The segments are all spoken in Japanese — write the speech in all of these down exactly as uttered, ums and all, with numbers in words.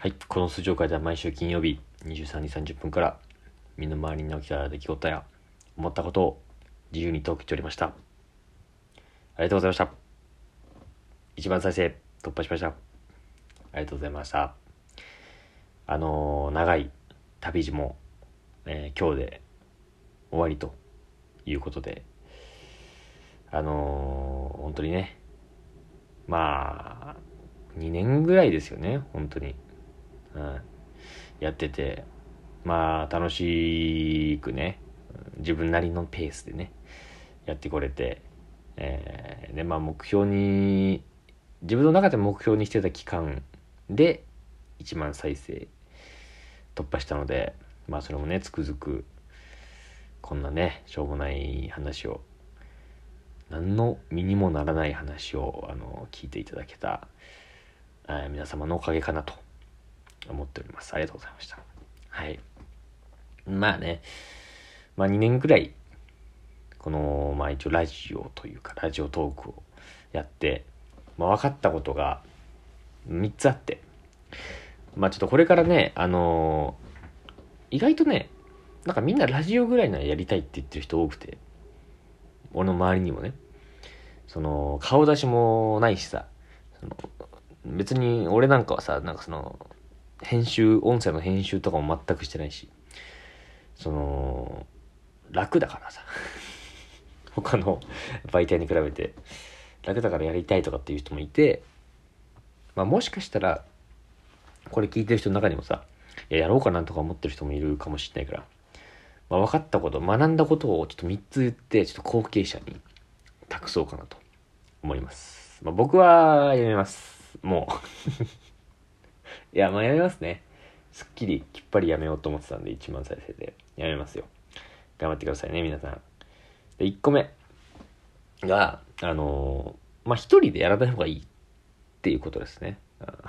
はい、この数条会では毎週金曜日にじゅうさんじさんじゅっぷんから身の回りに起きた出来事や思ったことを自由にトークしておりました。ありがとうございました。いちまん再生突破しました。ありがとうございました。あのー、長い旅路も、えー、今日で終わりということで、あのー、本当にね、まあにねんぐらいですよね、本当に、うん、やってて、まあ楽しくね、自分なりのペースでねやってこれて、えー、でまあ目標に自分の中で目標にしてた期間でいちまん再生突破したので、まあそれもねつくづくこんなねしょうもない話を、何の身にもならない話をあの聞いていただけた、えー、皆様のおかげかなと思っております。ありがとうございました。はい。まあね、まあにねんくらいこのまあ一応ラジオというかラジオトークをやって、まあ、分かったことがみっつあって、まあちょっとこれからね、あのー、意外とね、なんかみんなラジオぐらいならやりたいって言ってる人多くて、俺の周りにもね、その顔出しもないしさ、その別に俺なんかはさ、なんかその編集音声の編集とかも全くしてないし、その楽だからさ他の媒体に比べて楽だからやりたいとかっていう人もいて、まあもしかしたらこれ聞いてる人の中にもさ、いや、やろうかなとか思ってる人もいるかもしれないから、まあ、分かったこと、学んだことをちょっとみっつ言って、ちょっと後継者に託そうかなと思います。まあ、僕はやめます。もう。いや、まあやめますね。すっきりきっぱりやめようと思ってたんで、いちまん再生でやめますよ。頑張ってくださいね、皆さん。で、いっこめが、あのー、まあ一人でやらない方がいいっていうことですね。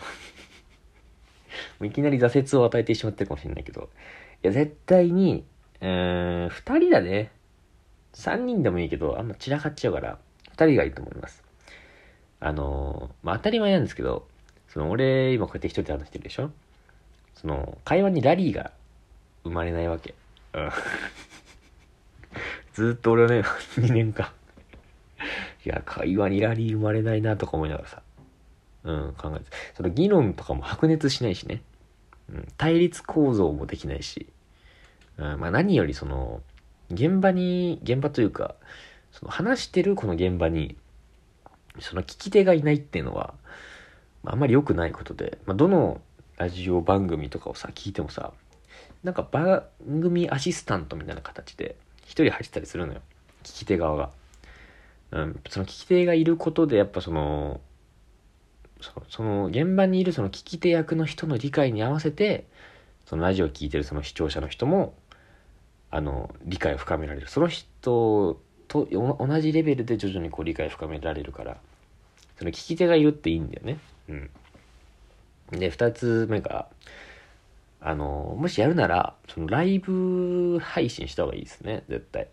いきなり挫折を与えてしまってるかもしれないけど、いや絶対に、えー、ふたりだね。さんにんでもいいけど、あんま散らかっちゃうから、ふたりがいいと思います。あのー、まあ当たり前なんですけど、その俺今こうやって一人で話してるでしょ。その会話にラリーが生まれないわけ。うん、ずーっと俺はねにねんかんいや会話にラリー生まれないなとか思いながらさ、うん考えて、その議論とかも白熱しないしね、うん、対立構造もできないし、うん、まあ何よりその現場に現場というかその話してるこの現場にその聞き手がいないっていうのは、まあ、あんまり良くないことで、まあ、どのラジオ番組とかをさ聞いてもさ、なんか番組アシスタントみたいな形で一人入ってたりするのよ、聞き手側が。うん、その聞き手がいることでやっぱそのその、その現場にいるその聞き手役の人の理解に合わせて、そのラジオを聞いてるその視聴者の人もあの理解を深められる、その人と同じレベルで徐々にこう理解を深められるから、その聞き手がいるっていいんだよね。うんでふたつめが、あのもしやるならそのライブ配信した方がいいですね、絶対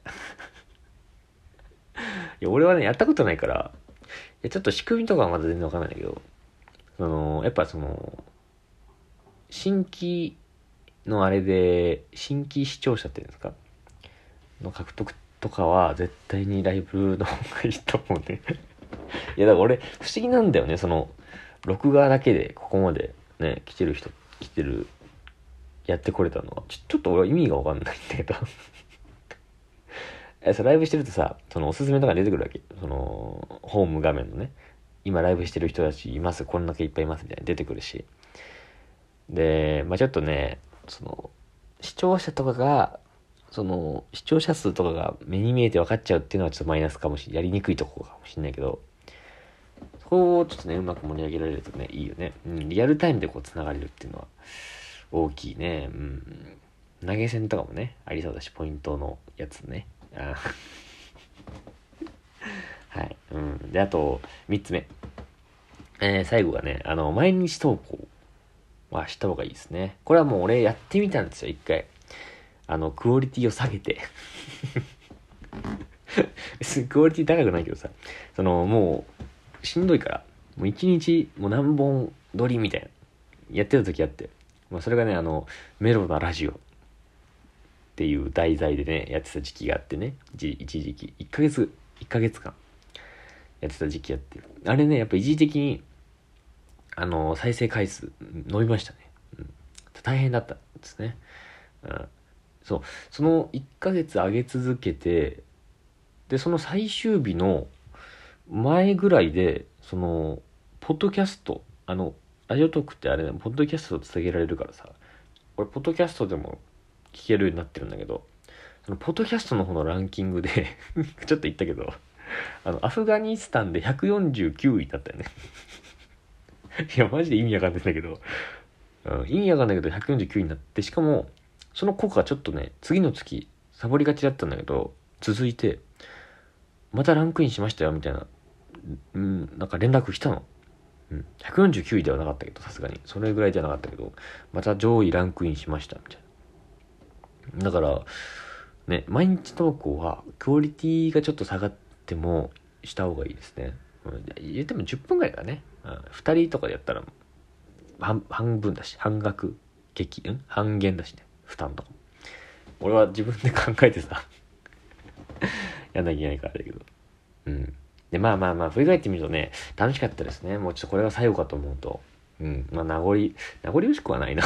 いや俺はねやったことないから、いやちょっと仕組みとかはまだ全然わかんないんだけど、そのやっぱその新規のあれで新規視聴者っていうんですかの獲得とかは絶対にライブの方がいいと思うねいやだから俺不思議なんだよね、その録画だけでここまでね来てる人来てるやってこれたのはちょちょっと俺は意味がわかんないんだけどえそライブしてるとさ、そのおすすめとか出てくるわけ、そのホーム画面のね、今ライブしてる人たちいます、こんだけいっぱいいますみたいな出てくるし、でまあちょっとね、その視聴者とかがその視聴者数とかが目に見えて分かっちゃうっていうのはちょっとマイナスかもしれない、やりにくいところかもしれないけど、そこをちょっとねうまく盛り上げられるとねいいよね、うん、リアルタイムでこう繋がれるっていうのは大きいね。うん、投げ銭とかもねありそうだし、ポイントのやつね、あはい、うん、であとみっつめ、えー、最後がね、あの毎日投稿はした方がいいですね。これはもう俺やってみたんですよ、一回。あのクオリティを下げてクオリティ高くないけどさ、そのもうしんどいから、もう一日もう何本撮りみたいなやってた時あって、まあ、それがねあのメロなラジオっていう題材でねやってた時期があってね、一一時期いっかげついっかげつかんやってた時期やって、あれねやっぱ一時的にあの再生回数伸びましたね、うん、大変だったんですね、うん、そうそのいっかげつ上げ続けて、でその最終日の前ぐらいでそのポッドキャスト、あのラジオトークってあれねポッドキャスト続けられるからさ、俺ポッドキャストでも聞けるようになってるんだけど、そのポッドキャストの方のランキングでちょっと言ったけど、あのアフガニスタンでひゃくよんじゅうきゅういだったよねいやマジで意味わかんないんだけど、うん、意味わかんないけどひゃくよんじゅうきゅういになって、しかもその効果がちょっとね次の月サボりがちだったんだけど続いて、またランクインしましたよみたいな、うん、なんか連絡来たの、うん、ひゃくよんじゅうきゅういではなかったけど、さすがにそれぐらいじゃなかったけど、また上位ランクインしましたみたいな。だからね、毎日投稿はクオリティがちょっと下がってもした方がいいですね、うん、言ってもじゅっぷんぐらいだね、うん、ふたりとかでやったら半半分だし、半額激ん半減だしね、負担とかも俺は自分で考えてさやんなきゃいけないからだけど、うんでまあまあまあ振り返ってみるとね楽しかったですね。もうちょっとこれが最後かと思うと、うんまあ名残名残惜しくはないない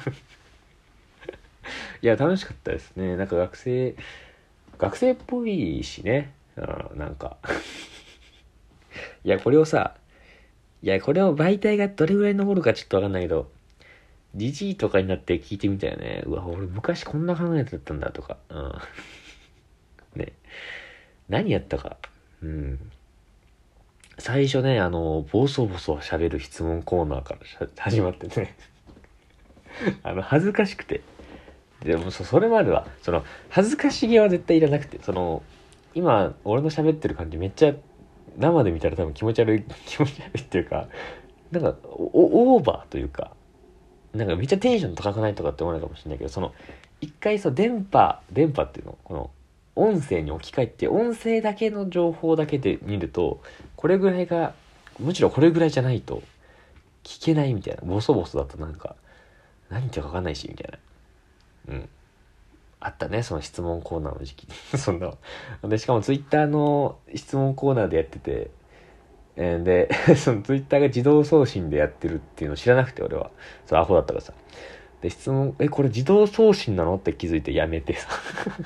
や楽しかったですね。なんか学生学生っぽいしね、うん、なんかいやこれをさいやこれを媒体がどれぐらい残るかちょっとわかんないけど、ジジイとかになって聞いてみたよね。うわ俺昔こんな考えだったんだとか、うんね何やったか、うん最初ねあのボソボソ喋る質問コーナーから始まってねあの恥ずかしくて、でも そ, それもあるわ。その恥ずかしげは絶対いらなくて、その今俺の喋ってる感じめっちゃ生で見たら多分気持ち悪い気持ち悪いっていうか、なんかオーバーというか、なんかめっちゃテンション高くないとかって思うのかもしれないけど、その一回そう電波電波っていうのこの音声に置き換えて音声だけの情報だけで見るとこれぐらいが、むしろこれぐらいじゃないと聞けないみたいな、ボソボソだとなんか何言ってるか分かんないしみたいな、うんあったね、その質問コーナーの時期そんなでしかもツイッターの質問コーナーでやってて、えー、でそのツイッターが自動送信でやってるっていうのを知らなくて、俺はそうアホだったからさ、で質問えこれ自動送信なのって気づいてやめてさ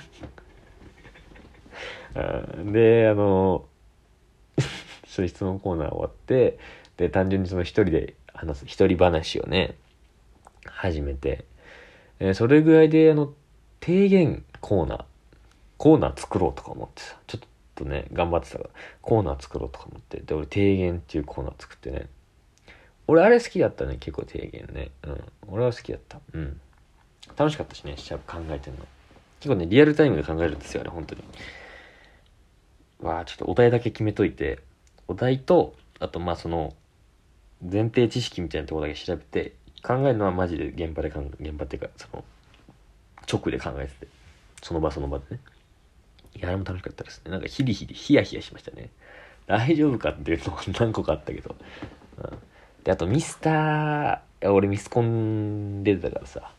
であのその質問コーナー終わって、で単純にその一人で話す一人話をね始めて、えー、それぐらいであの提言コーナーコーナー作ろうとか思ってさ、ちょっとね頑張ってたからコーナー作ろうとか思って、で俺提言っていうコーナー作ってね、俺あれ好きだったね、結構提言ね、うん俺は好きだった、うん楽しかったしね、シャープ考えてるの結構ねリアルタイムで考えるんですよね、本当に。わあちょっとお題だけ決めといて、お題とあとまあその前提知識みたいなところだけ調べて考えるのはマジで現場で考え現場っていうかその直で考えてて、その場その場でね。いやあれも楽しかったですね。なんかヒリヒリヒヤヒヤしましたね。大丈夫かっていうのも何個かあったけど、うん、であとミスター俺ミスコン出てたからさ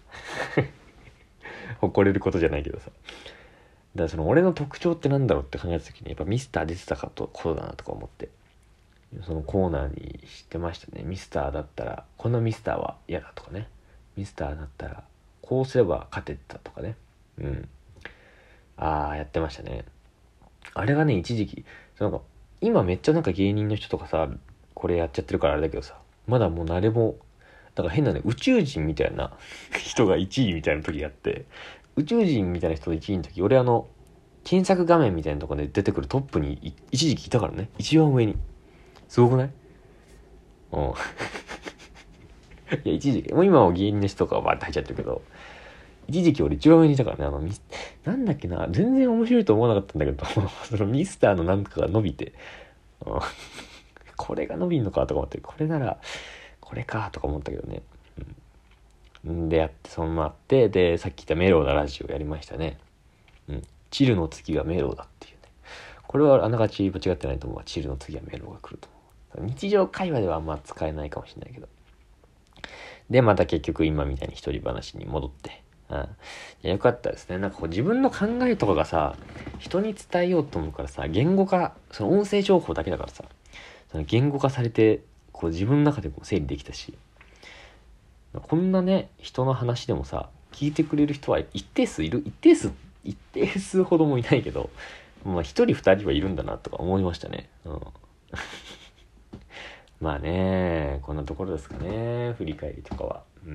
誇れることじゃないけどさ、だからその俺の特徴ってなんだろうって考えた時にやっぱミスター出てたかとことだなとか思って、そのコーナーにしてましたね。ミスターだったらこのミスターは嫌だとかね、ミスターだったらこうすれば勝てたとかね、うんああやってましたね。あれがね一時期なんか今めっちゃなんか芸人の人とかさこれやっちゃってるからあれだけどさ、まだもう誰もなんか変なね宇宙人みたいな人がいちいみたいな時やって、宇宙人みたいな人のいちいの時俺あの検索画面みたいなところで出てくるトップに一時期いたからね、一番上に。すごくない？うんいや一時期もう今は芸人の人とかはバーって入っちゃってるけど、一時期俺一番上にいたからね、あのミスなんだっけな、全然面白いと思わなかったんだけどそのミスターのなんかが伸びて、うん、これが伸びんのかとか思って、これならこれかとか思ったけどね、うん、でやってそのままあって、でさっき言ったメロウなラジオやりましたね、うん、チルの次はメロウだっていうね、これはあながち間違ってないと思う。チルの次はメロウが来ると思う。日常会話ではあんま使えないかもしれないけど、 で、また結局今みたいに一人話に戻って。うん。いや、よかったですね。なんかこう自分の考えとかがさ、人に伝えようと思うからさ、言語化、その音声情報だけだからさ、その言語化されて、こう自分の中でこう整理できたし、こんなね、人の話でもさ、聞いてくれる人は一定数いる、一定数、一定数ほどもいないけど、まあ一人二人はいるんだなとか思いましたね。うん。まあね、こんなところですかね、振り返りとかは。うん。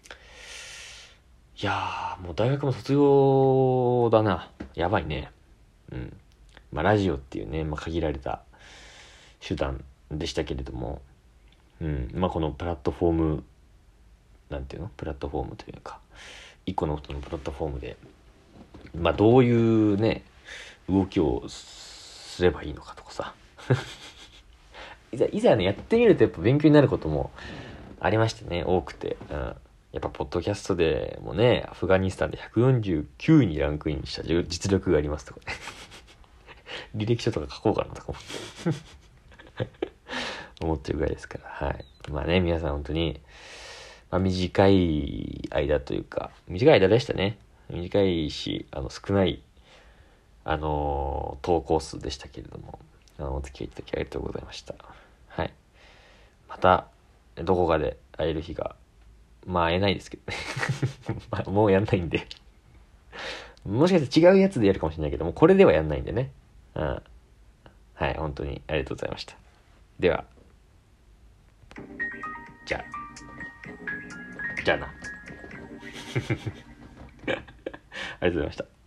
いやー、もう大学も卒業だな。やばいね。うん。まあラジオっていうね、まあ限られた手段でしたけれども、うん。まあこのプラットフォーム、なんていうのプラットフォームというか、一個のことのプラットフォームで、まあどういうね、動きをすればいいのかとかさ。いざ、いざね、やってみるとやっぱ勉強になることもありましてね、多くて。うん。やっぱ、ポッドキャストでもね、アフガニスタンでひゃくよんじゅうきゅういにランクインした実力がありますとかね。履歴書とか書こうかなとか思ってるぐらいですから。はい。まあね、皆さん本当に、まあ短い間というか、短い間でしたね。短いし、あの、少ない、あのー投稿数でしたけれども、あの、お付き合いいただきありがとうございました。はい。また、どこかで会える日が、まあ会えないですけどね。まあもうやんないんでもしかして違うやつでやるかもしれないけども、これではやんないんでね。うん。はい、本当にありがとうございました。では、じゃあ、じゃあな。ありがとうございました。